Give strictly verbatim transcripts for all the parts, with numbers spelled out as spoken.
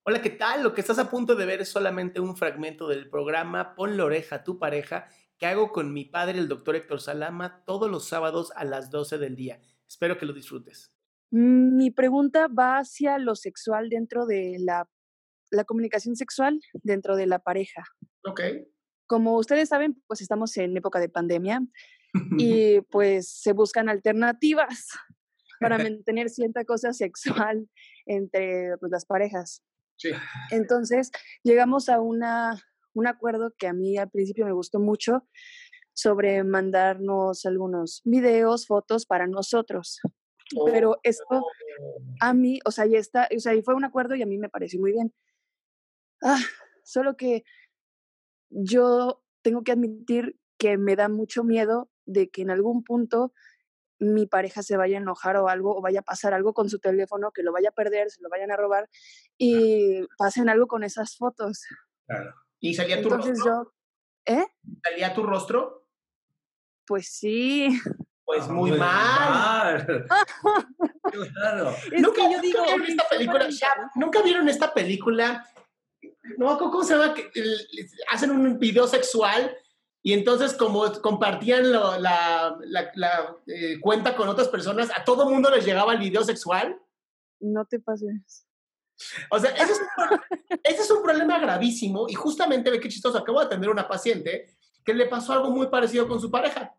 Hola, ¿qué tal? Lo que estás a punto de ver es solamente un fragmento del programa Ponle oreja a tu pareja que hago con mi padre, el doctor Héctor Salama, todos los sábados a las doce del día. Espero que lo disfrutes. Mm, Mi pregunta va hacia lo sexual dentro de la, la comunicación sexual dentro de la pareja. Ok. Como ustedes saben, pues estamos en época de pandemia y pues se buscan alternativas para mantener cierta cosa sexual entre pues, las parejas. Sí. Entonces, llegamos a una, un acuerdo que a mí al principio me gustó mucho sobre mandarnos algunos videos, fotos para nosotros. Oh, Pero esto a mí, o sea, ya está, o sea, y fue un acuerdo y a mí me pareció muy bien. Ah, solo que yo tengo que admitir que me da mucho miedo de que en algún punto mi pareja se vaya a enojar o algo, o vaya a pasar algo con su teléfono, que lo vaya a perder, se lo vayan a robar y pasen algo con esas fotos. claro. ¿Y salía tu Entonces rostro? yo, ¿eh? ¿Salía tu rostro? Pues sí. Pues Ah, muy muy mal. mal. Claro. Es ¿Nunca, que yo nunca digo, vieron ok, esta sea para película? mi Ya, pareja. ¿nunca vieron esta película? No, ¿cómo cómo se llama? Que, el- hacen un video sexual y entonces como compartían lo- la, la- la, eh, cuenta con otras personas, a todo mundo les llegaba el video sexual. No te pases. O sea, ese es un, pro- ese es un problema gravísimo y justamente, ve qué chistoso, acabo de atender una paciente que le pasó algo muy parecido con su pareja.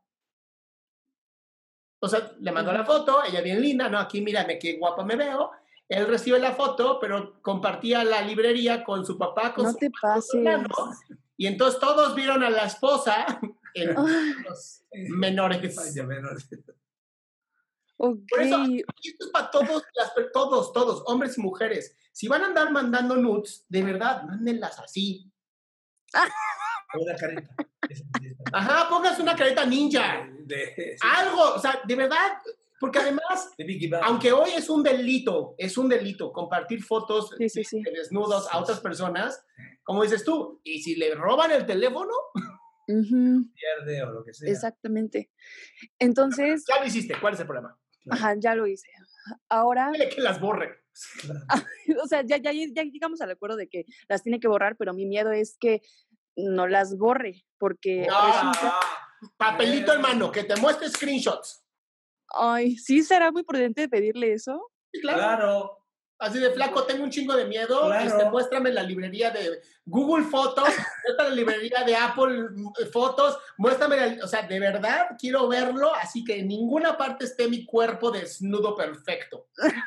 O sea, le mandó la Ujú. foto, ella bien linda, ¿no? Aquí mírame qué guapa me veo. Él recibe la foto, pero compartía la librería con su papá, con No su te mamá, con su hermano, pases. y entonces todos vieron a la esposa en Ay, los menores. Vaya menos. ok. Por eso, y esto es para todos, las, todos, todos, hombres y mujeres. Si van a andar mandando nudes, de verdad, mándenlas así. Una carita. Ajá, pónganse una careta ninja. De, de, Algo, o sea, de verdad, porque además, de Mickey Mouse. aunque hoy es un delito, es un delito compartir fotos Sí, sí, sí. de desnudos a otras personas, como dices tú, y si le roban el teléfono, Ujú, Pierde o lo que sea. exactamente. Entonces, ya lo hiciste, ¿cuál es el problema? Claro. ajá, ya lo hice. Ahora, Dile que las borre. Claro. o sea, ya, ya, ya llegamos al acuerdo de que las tiene que borrar, pero mi miedo es que no las borre, porque resulta, Ah, Papelito eh, en mano, que te muestre screenshots. ay, sí será muy prudente pedirle eso. Sí, claro. Claro. Así de flaco, tengo un chingo de miedo. Claro. Este, muéstrame la librería de Google Fotos, muéstrame la librería de Apple Fotos, muéstrame, la, o sea, de verdad quiero verlo, así que en ninguna parte esté mi cuerpo desnudo perfecto.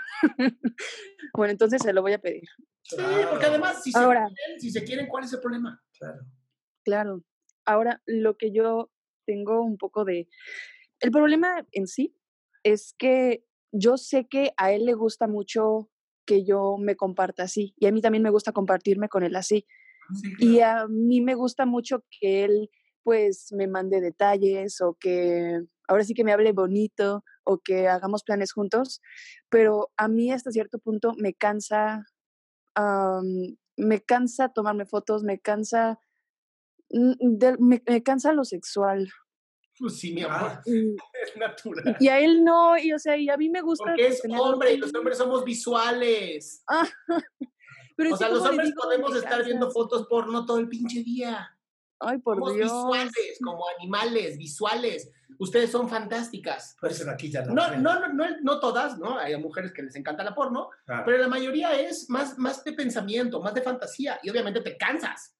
Bueno, entonces se lo voy a pedir. Sí, Claro. porque además, si se, Ahora, quieren, si se quieren, ¿cuál es el problema? Claro. claro, ahora lo que yo tengo un poco de... El problema en sí es que yo sé que a él le gusta mucho que yo me comparta así y a mí también me gusta compartirme con él así. Sí, Y claro. a mí me gusta mucho que él, pues, me mande detalles o que ahora sí que me hable bonito o que hagamos planes juntos, pero a mí hasta cierto punto me cansa, am, me cansa tomarme fotos, me cansa, mm, del me me cansa lo sexual. Pues sí, mi amor, Ah, Y es natural. y a él no, y o sea, y a mí me gusta, Porque pues, es tenerlo hombre y los ahí. hombres somos visuales. Ah, pero O es que, sea, los ¿cómo le hombres digo en podemos qué estar viendo cansas? fotos porno todo el pinche día. Ay, por Somos Dios. visuales, como animales, visuales. Ustedes son fantásticas. por eso aquí ya no. No, no, no, no, no todas, ¿no? Hay mujeres que les encanta la porno, Claro. pero la mayoría es más, más de pensamiento, más de fantasía. Y obviamente te cansas.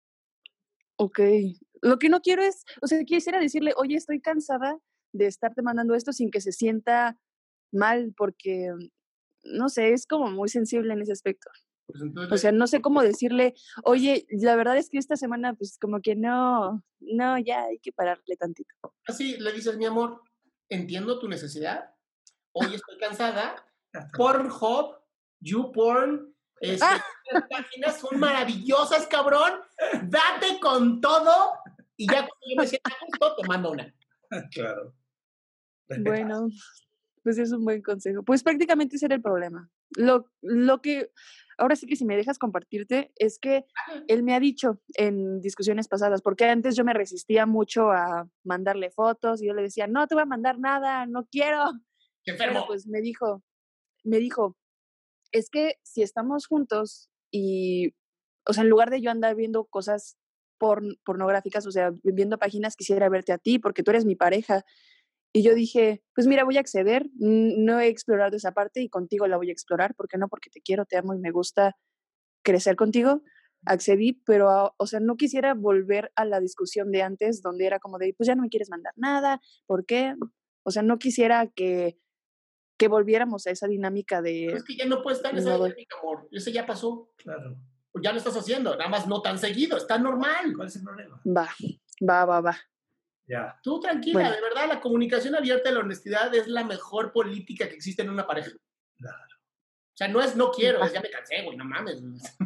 Okey. Lo que no quiero es, o sea, quisiera decirle: "Oye, estoy cansada de estarte mandando esto", sin que se sienta mal, porque, no sé, es como muy sensible en ese aspecto. Pues entonces, O sea, no sé cómo decirle: "Oye, la verdad es que esta semana, pues, como que no, no, ya hay que pararle tantito". así le dices, mi amor, entiendo tu necesidad. Hoy estoy cansada. Pornhub, YouPorn, este, ¡Ah! las páginas son maravillosas, cabrón. Date con todo y ya cuando yo me sienta a gusto, te mando una. Claro. Bueno, pues es un buen consejo. Pues prácticamente ese era el problema. Lo lo que ahora sí que si me dejas compartirte, es que él me ha dicho en discusiones pasadas, porque antes yo me resistía mucho a mandarle fotos y yo le decía: "No te voy a mandar nada, no quiero". ¡Qué Pero enfermo! pues me dijo me dijo: "Es que si estamos juntos y, o sea, en lugar de yo andar viendo cosas porn, pornográficas, o sea, viendo páginas, quisiera verte a ti porque tú eres mi pareja. Y yo dije, pues mira, voy a acceder, no he explorado esa parte y contigo la voy a explorar, ¿por qué no? Porque te quiero, te amo y me gusta crecer contigo. Accedí, pero, o sea, no quisiera volver a la discusión de antes, donde era como de, pues ya no me quieres mandar nada, ¿por qué? O sea, no quisiera que, que volviéramos a esa dinámica de... Pero es que ya no puedes estar en esa no, dinámica, amor. Eso ya pasó. Claro. Pues ya lo estás haciendo, nada más no tan seguido, está normal. ¿Cuál es el problema? Va, va, va, va. Ya. Tú tranquila, Bueno. de verdad, la comunicación abierta y la honestidad es la mejor política que existe en una pareja. Claro. O sea, no es no quiero, es ya me cansé, güey, no mames.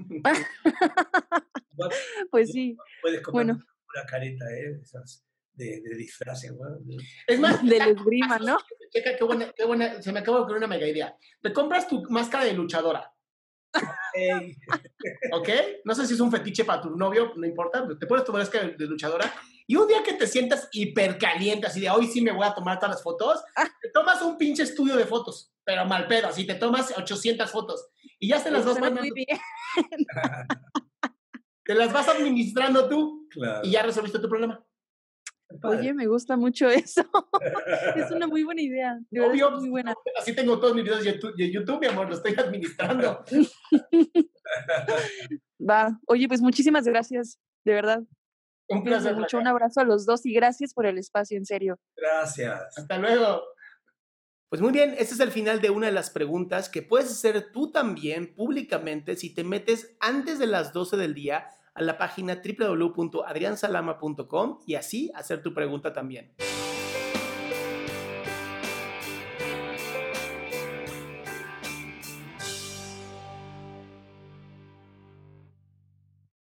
Pues sí. Puedes comer Bueno. una careta, ¿eh? Esas de, de disfraces, güey. Es más, del esgrima, ¿no? Checa qué buena, qué buena, se me acaba de ocurrir una mega idea. Te compras tu máscara de luchadora, Hey. ¿ok? No sé si es un fetiche para tu novio, no importa, te pones tu máscara de luchadora y un día que te sientas hipercaliente, así de hoy sí me voy a tomar todas las fotos, te tomas un pinche estudio de fotos, pero mal pedo, así te tomas ochocientas fotos y ya se las vas mandando. Te las vas administrando tú Claro. y ya resolviste tu problema. Oye, me gusta mucho eso. Es una muy buena idea. De verdad, Obvio, es muy buena. así tengo todos mis videos de YouTube, de YouTube, mi amor, lo estoy administrando. Va. Oye, pues muchísimas gracias, de verdad. Un Cuídense placer. mucho, un abrazo a los dos y gracias por el espacio, en serio. Gracias. Hasta luego. Pues muy bien, este es el final de una de las preguntas que puedes hacer tú también públicamente si te metes antes de las doce del día a la página doble u doble u doble u punto adrian salama punto com y así hacer tu pregunta también.